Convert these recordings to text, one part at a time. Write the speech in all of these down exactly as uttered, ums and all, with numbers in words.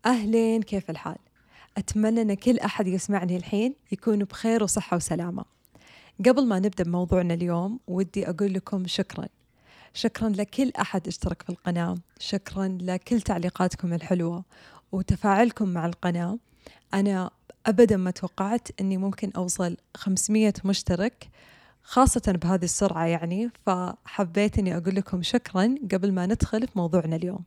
أهلين، كيف الحال؟ أتمنى أن كل أحد يسمعني الحين يكون بخير وصحة وسلامة. قبل ما نبدأ بموضوعنا اليوم ودي أقول لكم شكراً شكراً لكل أحد اشترك في القناة، شكراً لكل تعليقاتكم الحلوة وتفاعلكم مع القناة. أنا أبداً ما توقعت أني ممكن أوصل خمسمية مشترك خاصة بهذه السرعة، يعني فحبيت أني أقول لكم شكراً قبل ما ندخل في موضوعنا اليوم.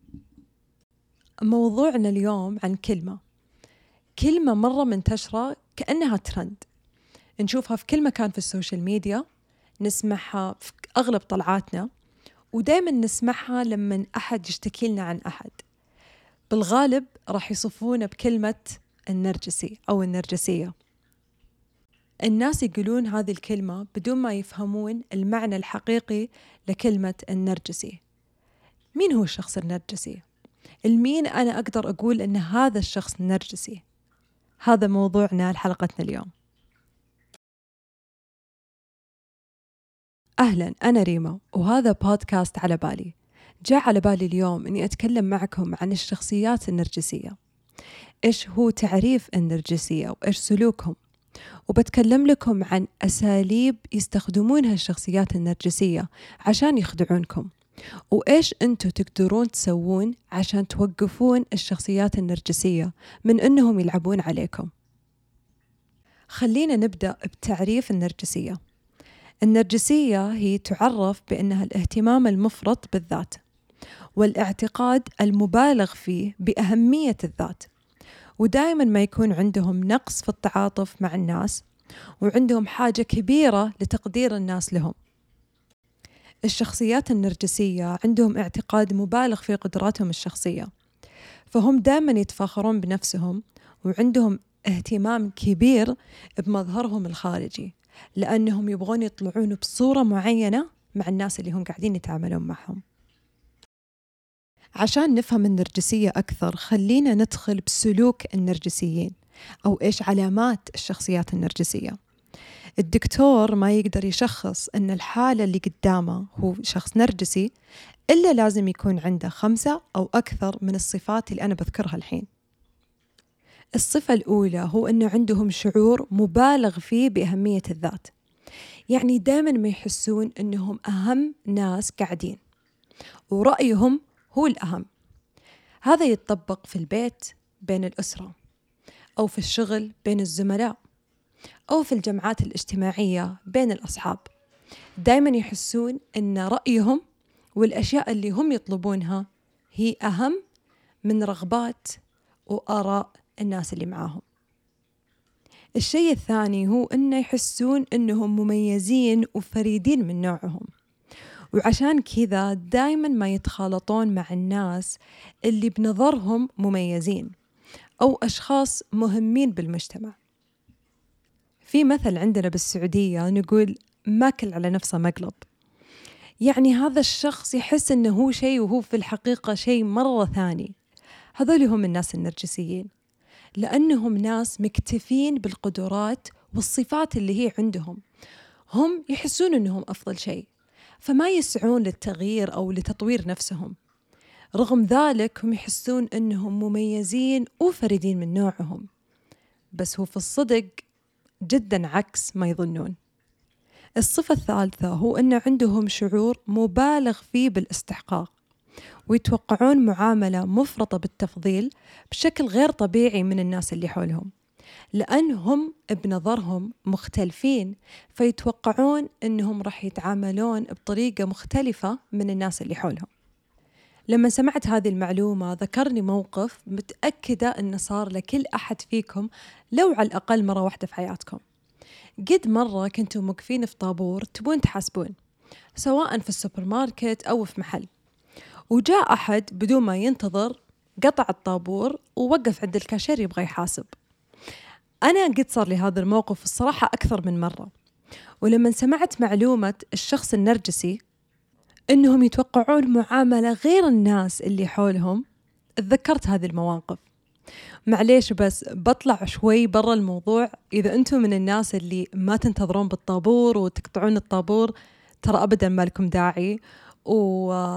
موضوعنا اليوم عن كلمة كلمة مرة منتشرة كأنها ترند، نشوفها في كل مكان في السوشيال ميديا، نسمعها في أغلب طلعاتنا، ودايما نسمعها لما أحد يشتكي لنا عن أحد. بالغالب راح يصفونه بكلمة النرجسي أو النرجسية. الناس يقولون هذه الكلمة بدون ما يفهمون المعنى الحقيقي لكلمة النرجسي. مين هو الشخص النرجسي؟ المين أنا أقدر أقول أن هذا الشخص نرجسي؟ هذا موضوعنا لحلقتنا اليوم. أهلاً، أنا ريما وهذا بودكاست على بالي. جاء على بالي اليوم أني أتكلم معكم عن الشخصيات النرجسية، إيش هو تعريف النرجسية وإيش سلوكهم، وبتكلم لكم عن أساليب يستخدمونها الشخصيات النرجسية عشان يخدعونكم، وإيش أنتوا تقدرون تسوون عشان توقفون الشخصيات النرجسية من أنهم يلعبون عليكم. خلينا نبدأ بتعريف النرجسية. النرجسية هي تعرف بأنها الاهتمام المفرط بالذات والاعتقاد المبالغ فيه بأهمية الذات، ودائما ما يكون عندهم نقص في التعاطف مع الناس، وعندهم حاجة كبيرة لتقدير الناس لهم. الشخصيات النرجسية عندهم اعتقاد مبالغ في قدراتهم الشخصية، فهم دائما يتفاخرون بنفسهم وعندهم اهتمام كبير بمظهرهم الخارجي، لأنهم يبغون يطلعون بصورة معينة مع الناس اللي هم قاعدين يتعاملون معهم. عشان نفهم النرجسية أكثر خلينا ندخل بسلوك النرجسيين أو إيش علامات الشخصيات النرجسية. الدكتور ما يقدر يشخص أن الحالة اللي قدامه هو شخص نرجسي إلا لازم يكون عنده خمسة أو أكثر من الصفات اللي أنا بذكرها الحين. الصفة الأولى هو أنه عندهم شعور مبالغ فيه بأهمية الذات، يعني دائما ما يحسون أنهم أهم ناس قاعدين ورأيهم هو الأهم. هذا يتطبق في البيت بين الأسرة، أو في الشغل بين الزملاء، أو في الجمعات الاجتماعية بين الأصحاب. دائما يحسون أن رأيهم والأشياء اللي هم يطلبونها هي أهم من رغبات وآراء الناس اللي معاهم. الشيء الثاني هو أنه يحسون أنهم مميزين وفريدين من نوعهم، وعشان كذا دايما ما يتخالطون مع الناس اللي بنظرهم مميزين أو أشخاص مهمين بالمجتمع. في مثل عندنا بالسعودية نقول ماكل على نفسه مقلب، يعني هذا الشخص يحس أنه هو شيء وهو في الحقيقة شيء مرة ثاني. هذول هم الناس النرجسيين، لأنهم ناس مكتفين بالقدرات والصفات اللي هي عندهم، هم يحسون أنهم أفضل شيء، فما يسعون للتغيير أو لتطوير نفسهم. رغم ذلك هم يحسون أنهم مميزين وفريدين من نوعهم، بس هو في الصدق جدا عكس ما يظنون. الصفة الثالثة هو أن عندهم شعور مبالغ فيه بالاستحقاق، ويتوقعون معاملة مفرطة بالتفضيل بشكل غير طبيعي من الناس اللي حولهم، لأنهم بنظرهم مختلفين، فيتوقعون أنهم راح يتعاملون بطريقة مختلفة من الناس اللي حولهم. لما سمعت هذه المعلومة ذكرني موقف متأكدة أنه صار لكل أحد فيكم لو على الأقل مرة واحدة في حياتكم. قد مرة كنتوا موقفين في طابور تبون تحاسبون، سواء في السوبر ماركت أو في محل، وجاء أحد بدون ما ينتظر قطع الطابور ووقف عند الكاشير يبغى يحاسب. أنا قد صار لي هذا الموقف الصراحة أكثر من مرة، ولما سمعت معلومة الشخص النرجسي إنهم يتوقعون معاملة غير الناس اللي حولهم، تذكرت هذه المواقف. معليش بس بطلع شوي برا الموضوع. إذا أنتم من الناس اللي ما تنتظرون بالطابور وتقطعون الطابور، ترى أبدا ما لكم داعي. ولو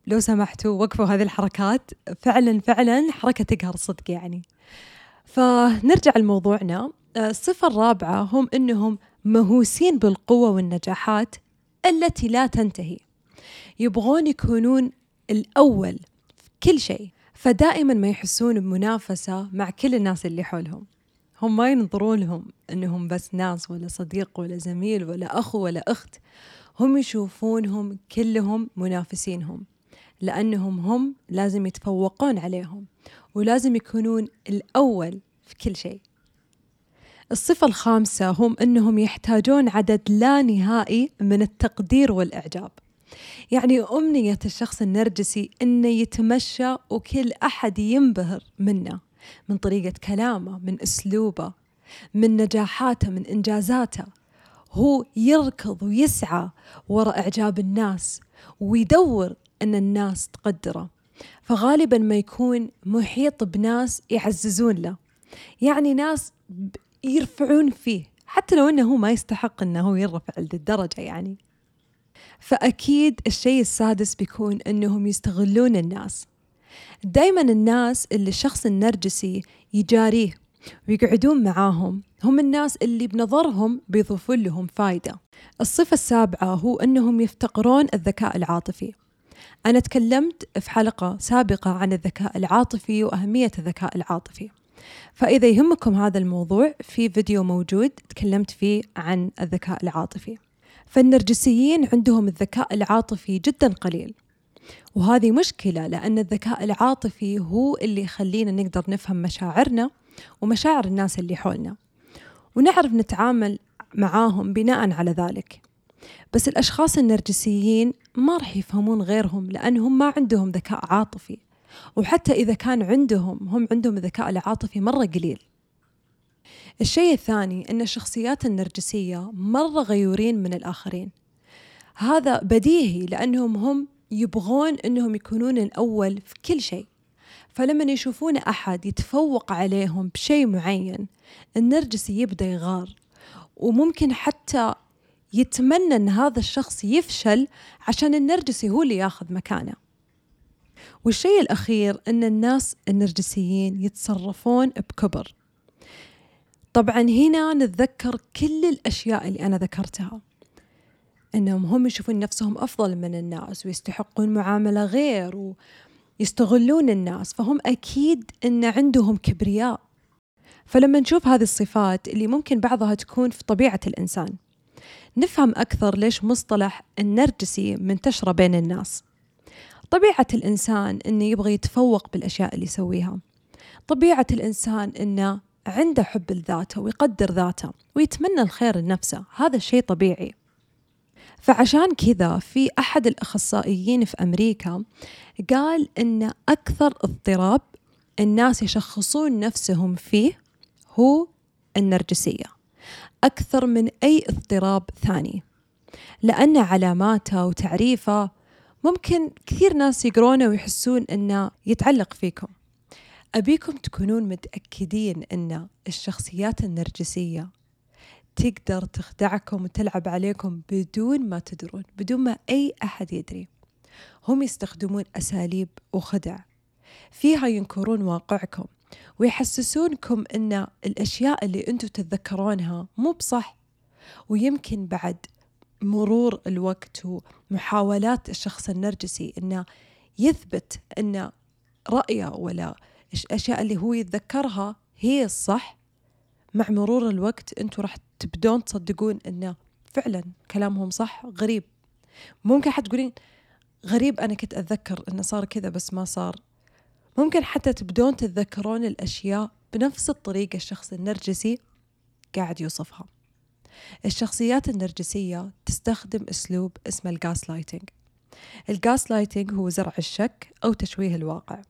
لو سمحتوا وقفوا هذه الحركات، فعلا فعلا حركة تقهر صدق يعني. فنرجع لموضوعنا. الصفة الرابعة هم أنهم مهووسين بالقوة والنجاحات التي لا تنتهي، يبغون يكونون الأول في كل شيء، فدائما ما يحسون بمنافسة مع كل الناس اللي حولهم. هم ما ينظرون لهم أنهم بس ناس ولا صديق ولا زميل ولا أخو ولا أخت، هم يشوفونهم كلهم منافسينهم، لأنهم هم لازم يتفوقون عليهم ولازم يكونون الأول في كل شيء. الصفة الخامسة هم أنهم يحتاجون عدد لا نهائي من التقدير والإعجاب. يعني أمنية الشخص النرجسي أنه يتمشى وكل أحد ينبهر منه، من طريقة كلامه، من أسلوبه، من نجاحاته، من إنجازاته. هو يركض ويسعى وراء إعجاب الناس ويدور أن الناس تقدره، فغالبا ما يكون محيط بناس يعززون له، يعني ناس يرفعون فيه حتى لو أنه ما يستحق أنه يرفع للدرجة يعني. فأكيد الشيء السادس بيكون أنهم يستغلون الناس. دايما الناس اللي الشخص النرجسي يجاريه ويقعدون معاهم هم الناس اللي بنظرهم بيضيفون لهم فايدة. الصفة السابعة هو أنهم يفتقرون الذكاء العاطفي. أنا تكلمت في حلقة سابقة عن الذكاء العاطفي وأهمية الذكاء العاطفي، فإذا يهمكم هذا الموضوع في فيديو موجود تكلمت فيه عن الذكاء العاطفي. فالنرجسيين عندهم الذكاء العاطفي جدا قليل، وهذه مشكلة، لأن الذكاء العاطفي هو اللي يخلينا نقدر نفهم مشاعرنا ومشاعر الناس اللي حولنا ونعرف نتعامل معاهم بناء على ذلك. بس الأشخاص النرجسيين ما رح يفهمون غيرهم لأنهم ما عندهم ذكاء عاطفي، وحتى إذا كان عندهم هم عندهم الذكاء العاطفي مرة قليل. الشيء الثاني أن الشخصيات النرجسية مرة غيورين من الآخرين. هذا بديهي لأنهم هم يبغون أنهم يكونون الأول في كل شيء، فلما يشوفون أحد يتفوق عليهم بشيء معين النرجسي يبدأ يغار، وممكن حتى يتمنى أن هذا الشخص يفشل عشان النرجسي هو اللي ياخذ مكانه. والشيء الأخير أن الناس النرجسيين يتصرفون بكبر. طبعا هنا نتذكر كل الأشياء اللي أنا ذكرتها، أنهم هم يشوفون نفسهم أفضل من الناس ويستحقون معاملة غير ويستغلون الناس، فهم أكيد أن عندهم كبرياء. فلما نشوف هذه الصفات اللي ممكن بعضها تكون في طبيعة الإنسان، نفهم أكثر ليش مصطلح النرجسي منتشر بين الناس. طبيعة الإنسان أنه يبغى يتفوق بالأشياء اللي يسويها، طبيعة الإنسان أنه عنده حب لذاته ويقدر ذاته ويتمنى الخير لنفسه، هذا الشيء طبيعي. فعشان كذا في أحد الأخصائيين في أمريكا قال إن أكثر اضطراب الناس يشخصون نفسهم فيه هو النرجسية أكثر من أي اضطراب ثاني، لأن علاماته وتعريفه ممكن كثير ناس يقرونه ويحسون إنه يتعلق فيكم. أبيكم تكونون متأكدين إن الشخصيات النرجسية تقدر تخدعكم وتلعب عليكم بدون ما تدرون، بدون ما أي أحد يدري. هم يستخدمون أساليب وخدع فيها ينكرون واقعكم ويحسسونكم أن الأشياء اللي أنتم تتذكرونها مو بصح. ويمكن بعد مرور الوقت ومحاولات الشخص النرجسي أنه يثبت أن رأيه ولا الأشياء اللي هو يتذكرها هي الصح، مع مرور الوقت أنتم راح تبدون تصدقون أنه فعلا كلامهم صح. غريب، ممكن حتى تقولين غريب أنا كنت أتذكر أنه صار كذا بس ما صار. ممكن حتى تبدون تتذكرون الأشياء بنفس الطريقة الشخص النرجسي قاعد يوصفها. الشخصيات النرجسية تستخدم أسلوب اسمه الغاس لايتنج. الغاس لايتنج هو زرع الشك أو تشويه الواقع.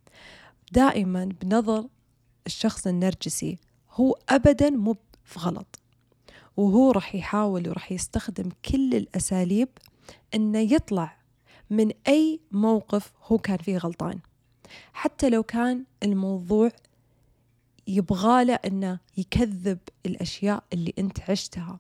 دائما بنظر الشخص النرجسي هو أبدا مو في غلط، وهو رح يحاول ورح يستخدم كل الأساليب أنه يطلع من أي موقف هو كان فيه غلطان، حتى لو كان الموضوع يبغاله أنه يكذب الأشياء اللي أنت عشتها.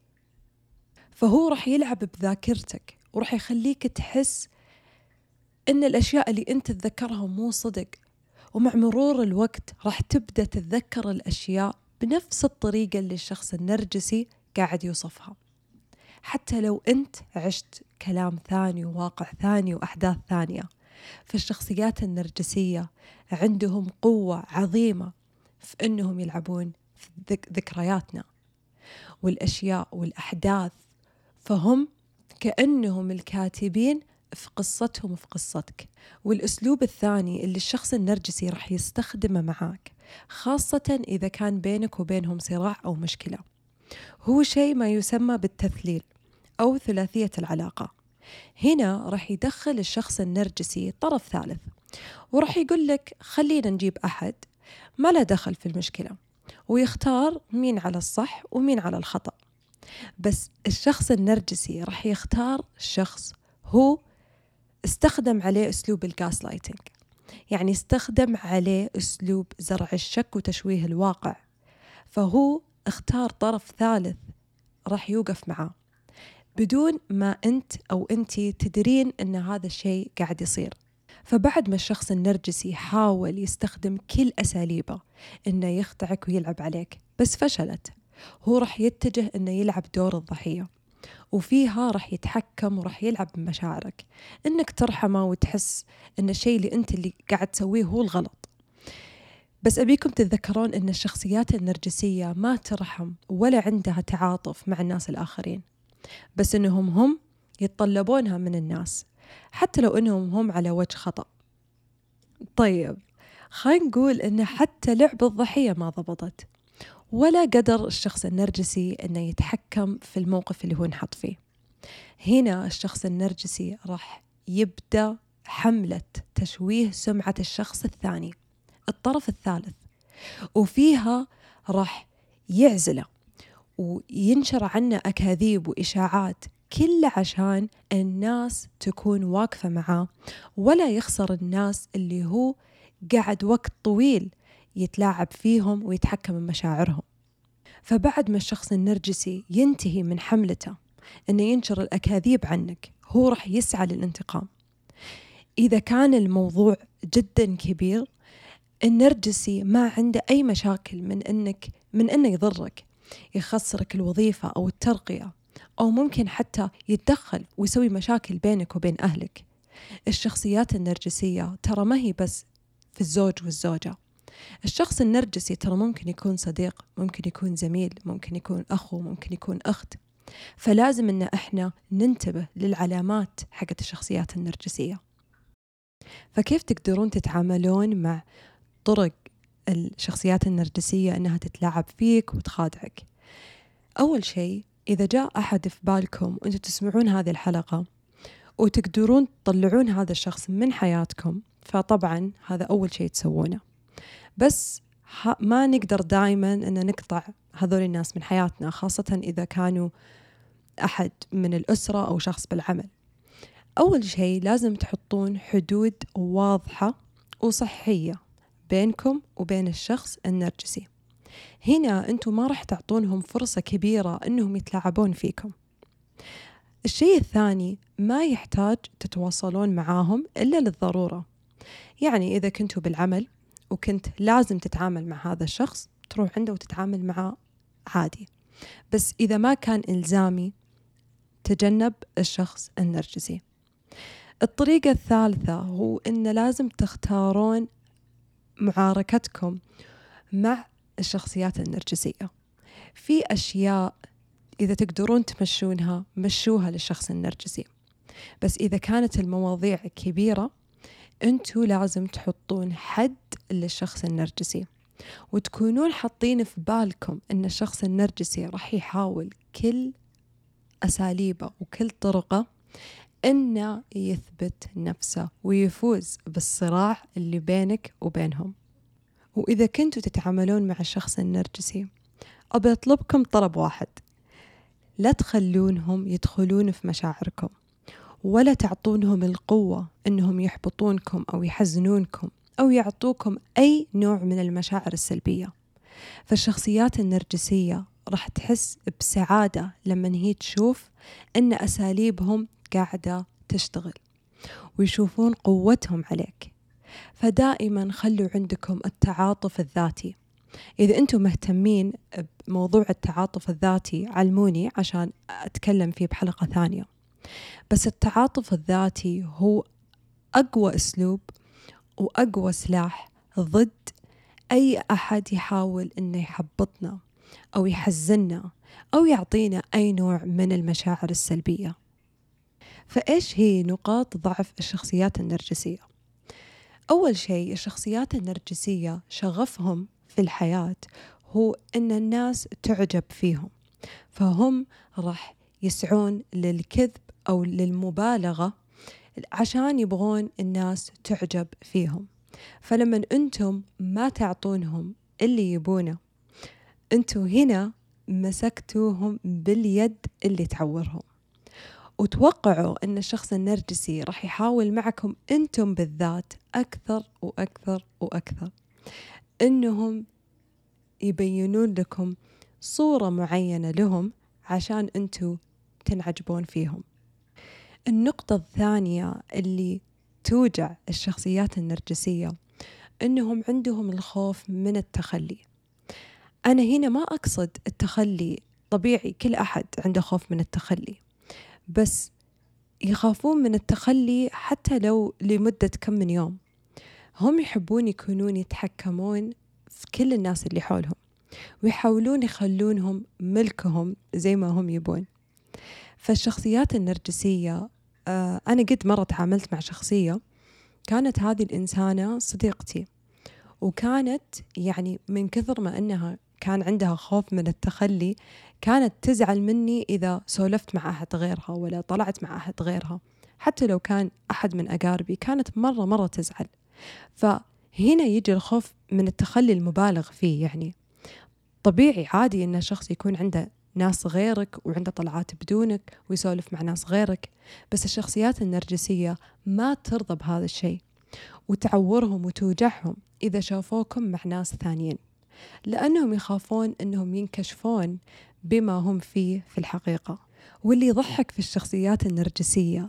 فهو رح يلعب بذاكرتك ورح يخليك تحس إن الأشياء اللي أنت تتذكرها مو صدق، ومع مرور الوقت راح تبدأ تتذكر الأشياء بنفس الطريقة اللي الشخص النرجسي قاعد يوصفها، حتى لو أنت عشت كلام ثاني وواقع ثاني وأحداث ثانية. فالشخصيات النرجسية عندهم قوة عظيمة في أنهم يلعبون في ذك- ذكرياتنا والأشياء والأحداث، فهم كأنهم الكاتبين في قصتهم وفي قصتك. والأسلوب الثاني اللي الشخص النرجسي رح يستخدمه معاك، خاصة إذا كان بينك وبينهم صراع أو مشكلة، هو شيء ما يسمى بالتثليل أو ثلاثية العلاقة. هنا رح يدخل الشخص النرجسي طرف ثالث، ورح يقول لك خلينا نجيب أحد ما له دخل في المشكلة، ويختار مين على الصح ومين على الخطأ. بس الشخص النرجسي رح يختار شخص هو استخدم عليه أسلوب الغاز لايتنج، يعني استخدم عليه أسلوب زرع الشك وتشويه الواقع، فهو اختار طرف ثالث راح يوقف معاه بدون ما أنت أو أنتي تدرين أن هذا الشيء قاعد يصير. فبعد ما الشخص النرجسي حاول يستخدم كل أساليبه أنه يخدعك ويلعب عليك بس فشلت، هو راح يتجه أنه يلعب دور الضحية، وفيها راح يتحكم وراح يلعب بمشاعرك، أنك ترحمه وتحس أن الشيء اللي أنت اللي قاعد تسويه هو الغلط. بس أبيكم تتذكرون أن الشخصيات النرجسية ما ترحم ولا عندها تعاطف مع الناس الآخرين، بس أنهم هم يتطلبونها من الناس حتى لو أنهم هم على وجه خطأ. طيب خلينا نقول أن حتى لعب الضحية ما ضبطت، ولا قدر الشخص النرجسي أنه يتحكم في الموقف اللي هو نحط فيه. هنا الشخص النرجسي راح يبدأ حملة تشويه سمعة الشخص الثاني، الطرف الثالث، وفيها راح يعزله وينشر عنه أكاذيب وإشاعات، كله عشان الناس تكون واقفة معاه ولا يخسر الناس اللي هو قاعد وقت طويل يتلاعب فيهم ويتحكم بمشاعرهم. فبعد ما الشخص النرجسي ينتهي من حملته أنه ينشر الأكاذيب عنك، هو راح يسعى للانتقام. إذا كان الموضوع جدا كبير، النرجسي ما عنده أي مشاكل من أنك من أنه يضرك، يخسرك الوظيفة أو الترقية، أو ممكن حتى يتدخل ويسوي مشاكل بينك وبين أهلك. الشخصيات النرجسية ترى ما هي بس في الزوج والزوجة، الشخص النرجسي ترى ممكن يكون صديق، ممكن يكون زميل، ممكن يكون أخو، ممكن يكون أخت. فلازم أن إحنا ننتبه للعلامات حقت الشخصيات النرجسية. فكيف تقدرون تتعاملون مع طرق الشخصيات النرجسية أنها تتلاعب فيك وتخادعك؟ أول شيء، إذا جاء أحد في بالكم وأنتم تسمعون هذه الحلقة وتقدرون تطلعون هذا الشخص من حياتكم، فطبعا هذا أول شيء تسوونه. بس ما نقدر دائما أن نقطع هذول الناس من حياتنا، خاصة إذا كانوا أحد من الأسرة أو شخص بالعمل. أول شيء لازم تحطون حدود واضحة وصحية بينكم وبين الشخص النرجسي. هنا أنتم ما راح تعطونهم فرصة كبيرة أنهم يتلاعبون فيكم. الشيء الثاني، ما يحتاج تتواصلون معاهم إلا للضرورة. يعني إذا كنتوا بالعمل وكنت لازم تتعامل مع هذا الشخص، تروح عنده وتتعامل معه عادي. بس إذا ما كان إلزامي، تجنب الشخص النرجسي. الطريقة الثالثة هو إن لازم تختارون معاركتكم مع الشخصيات النرجسية. في أشياء إذا تقدرون تمشونها مشوها للشخص النرجسي، بس إذا كانت المواضيع كبيرة أنتوا لازم تحطون حد للشخص النرجسي، وتكونون حاطين في بالكم أن الشخص النرجسي راح يحاول كل أساليبه وكل طرقه أنه يثبت نفسه ويفوز بالصراع اللي بينك وبينهم. وإذا كنتوا تتعاملون مع الشخص النرجسي، أبي أطلبكم طلب واحد: لا تخلونهم يدخلون في مشاعركم، ولا تعطونهم القوة أنهم يحبطونكم أو يحزنونكم أو يعطوكم أي نوع من المشاعر السلبية. فالشخصيات النرجسية راح تحس بسعادة لما هي تشوف أن أساليبهم قاعدة تشتغل، ويشوفون قوتهم عليك. فدائما خلوا عندكم التعاطف الذاتي. إذا أنتم مهتمين بموضوع التعاطف الذاتي علموني عشان أتكلم فيه بحلقة ثانية. بس التعاطف الذاتي هو أقوى أسلوب وأقوى سلاح ضد أي أحد يحاول إنه يحبطنا أو يحزننا أو يعطينا أي نوع من المشاعر السلبية. فإيش هي نقاط ضعف الشخصيات النرجسية؟ أول شيء، الشخصيات النرجسية شغفهم في الحياة هو إن الناس تعجب فيهم، فهم راح يسعون للكذب أو للمبالغة عشان يبغون الناس تعجب فيهم. فلما أنتم ما تعطونهم اللي يبونه، أنتم هنا مسكتوهم باليد اللي تعورهم. وتوقعوا أن الشخص النرجسي راح يحاول معكم أنتم بالذات أكثر وأكثر وأكثر أنهم يبينون لكم صورة معينة لهم عشان أنتم تنعجبون فيهم. النقطة الثانية اللي توجع الشخصيات النرجسية أنهم عندهم الخوف من التخلي. أنا هنا ما أقصد التخلي، طبيعي كل أحد عنده خوف من التخلي، بس يخافون من التخلي حتى لو لمدة كم من يوم. هم يحبون يكونون يتحكمون في كل الناس اللي حولهم ويحاولون يخلونهم ملكهم زي ما هم يبون. فالشخصيات النرجسية، آه أنا قد مرة تعاملت مع شخصية كانت هذه الإنسانة صديقتي، وكانت يعني من كثر ما أنها كان عندها خوف من التخلي كانت تزعل مني إذا سولفت مع أحد غيرها ولا طلعت مع أحد غيرها، حتى لو كان أحد من أقاربي كانت مرة مرة تزعل. فهنا يجي الخوف من التخلي المبالغ فيه. يعني طبيعي عادي إن شخص يكون عنده ناس غيرك وعنده طلعات بدونك ويسولف مع ناس غيرك، بس الشخصيات النرجسية ما ترضى بهذا الشيء، وتعورهم وتوجعهم إذا شافوكم مع ناس ثانيين، لأنهم يخافون أنهم ينكشفون بما هم فيه في الحقيقة. واللي يضحك في الشخصيات النرجسية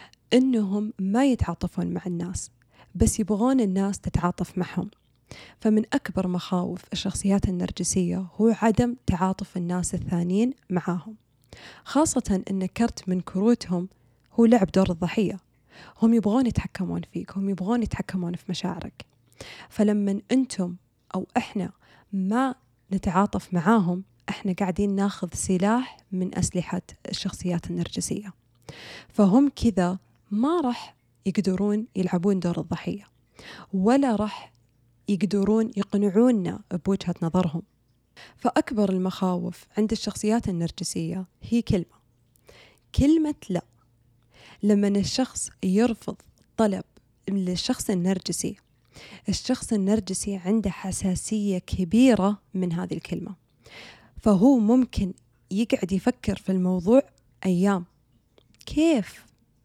أنهم ما يتعاطفون مع الناس، بس يبغون الناس تتعاطف معهم. فمن أكبر مخاوف الشخصيات النرجسية هو عدم تعاطف الناس الثانيين معهم، خاصة أن كرت من كروتهم هو لعب دور الضحية. هم يبغون يتحكمون فيك، هم يبغون يتحكمون في مشاعرك. فلما أنتم أو إحنا ما نتعاطف معاهم، إحنا قاعدين ناخذ سلاح من أسلحة الشخصيات النرجسية. فهم كذا ما راح يقدرون يلعبون دور الضحية، ولا راح يقدرون يقنعوننا بوجهة نظرهم. فأكبر المخاوف عند الشخصيات النرجسية هي كلمة كلمة لا. لما الشخص يرفض طلب للشخص النرجسي، الشخص النرجسي عنده حساسية كبيرة من هذه الكلمة، فهو ممكن يقعد يفكر في الموضوع أيام. كيف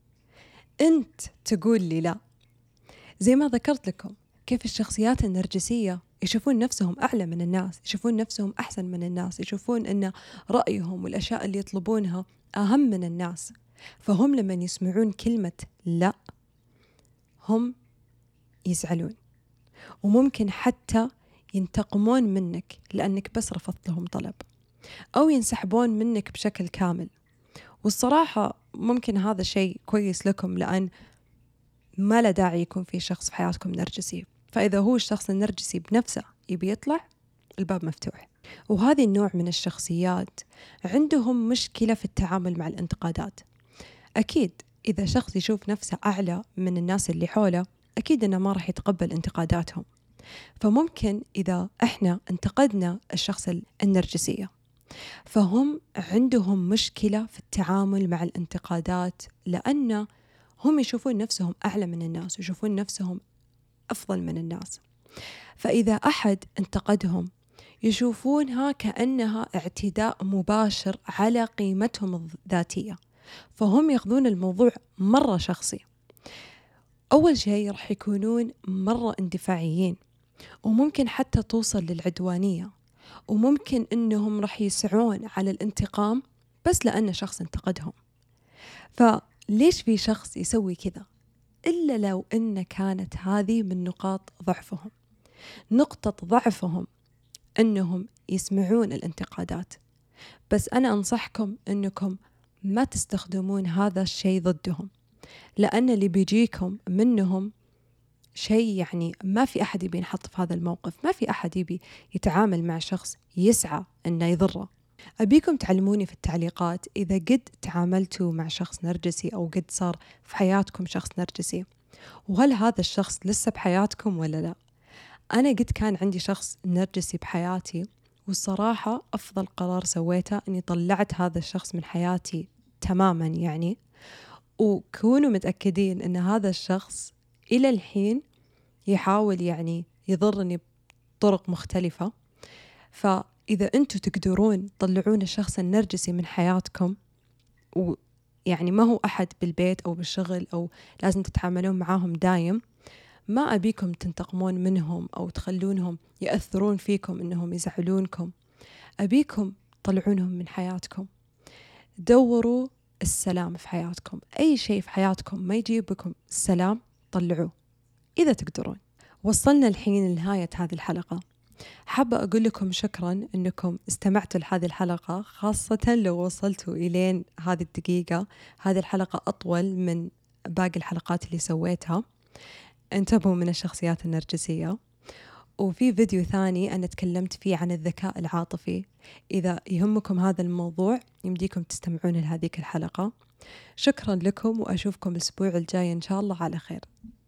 أنت تقول لي لا؟ زي ما ذكرت لكم كيف الشخصيات النرجسية يشوفون نفسهم أعلى من الناس، يشوفون نفسهم أحسن من الناس، يشوفون أن رأيهم والأشياء اللي يطلبونها أهم من الناس. فهم لما يسمعون كلمة لا هم يزعلون، وممكن حتى ينتقمون منك لأنك بس رفضت لهم طلب، أو ينسحبون منك بشكل كامل. والصراحة ممكن هذا شيء كويس لكم، لأن ما لا داعي يكون في شخص في حياتكم نرجسي. فإذا هو الشخص النرجسي بنفسه يبي يطلع، الباب مفتوح. وهذه النوع من الشخصيات عندهم مشكلة في التعامل مع الانتقادات. أكيد إذا شخص يشوف نفسه أعلى من الناس اللي حوله، أكيد أنه ما راح يتقبل انتقاداتهم. فممكن إذا إحنا انتقدنا الشخص النرجسية، فهم عندهم مشكلة في التعامل مع الانتقادات، لأن هم يشوفون نفسهم أعلى من الناس ويشوفون نفسهم أفضل من الناس. فإذا أحد انتقدهم يشوفونها كأنها اعتداء مباشر على قيمتهم الذاتية، فهم يأخذون الموضوع مرة شخصي. أول شيء رح يكونون مرة اندفاعيين، وممكن حتى توصل للعدوانية، وممكن إنهم رح يسعون على الانتقام بس لأن شخص انتقدهم. فليش في شخص يسوي كذا؟ إلا لو إن كانت هذه من نقاط ضعفهم. نقطة ضعفهم أنهم يسمعون الانتقادات، بس أنا أنصحكم أنكم ما تستخدمون هذا الشيء ضدهم، لأن اللي بيجيكم منهم شيء يعني ما في أحد يبي ينحط في هذا الموقف، ما في أحد يبي يتعامل مع شخص يسعى أنه يضره. أبيكم تعلموني في التعليقات إذا قد تعاملتوا مع شخص نرجسي أو قد صار في حياتكم شخص نرجسي، وهل هذا الشخص لسه بحياتكم ولا لا؟ أنا قد كان عندي شخص نرجسي بحياتي، والصراحة أفضل قرار سويته أني طلعت هذا الشخص من حياتي تماما يعني. وكونوا متأكدين أن هذا الشخص إلى الحين يحاول يعني يضرني بطرق مختلفة. فإذا أنتوا تقدرون تطلعون الشخص النرجسي من حياتكم، ويعني ما هو أحد بالبيت أو بالشغل أو لازم تتعاملون معاهم دايم، ما أبيكم تنتقمون منهم أو تخلونهم يأثرون فيكم إنهم يزعلونكم. أبيكم تطلعونهم من حياتكم. دوروا السلام في حياتكم، أي شيء في حياتكم ما يجيبكم السلام طلعوه إذا تقدرون. وصلنا الحين لنهاية هذه الحلقة. حابة أقول لكم شكرا أنكم استمعتوا لهذه الحلقة، خاصة لو وصلتوا إلين هذه الدقيقة. هذه الحلقة أطول من باقي الحلقات اللي سويتها. انتبهوا من الشخصيات النرجسية. وفي فيديو ثاني أنا تكلمت فيه عن الذكاء العاطفي، إذا يهمكم هذا الموضوع يمديكم تستمعون لهذه الحلقة. شكرا لكم، وأشوفكم الأسبوع الجاي إن شاء الله على خير.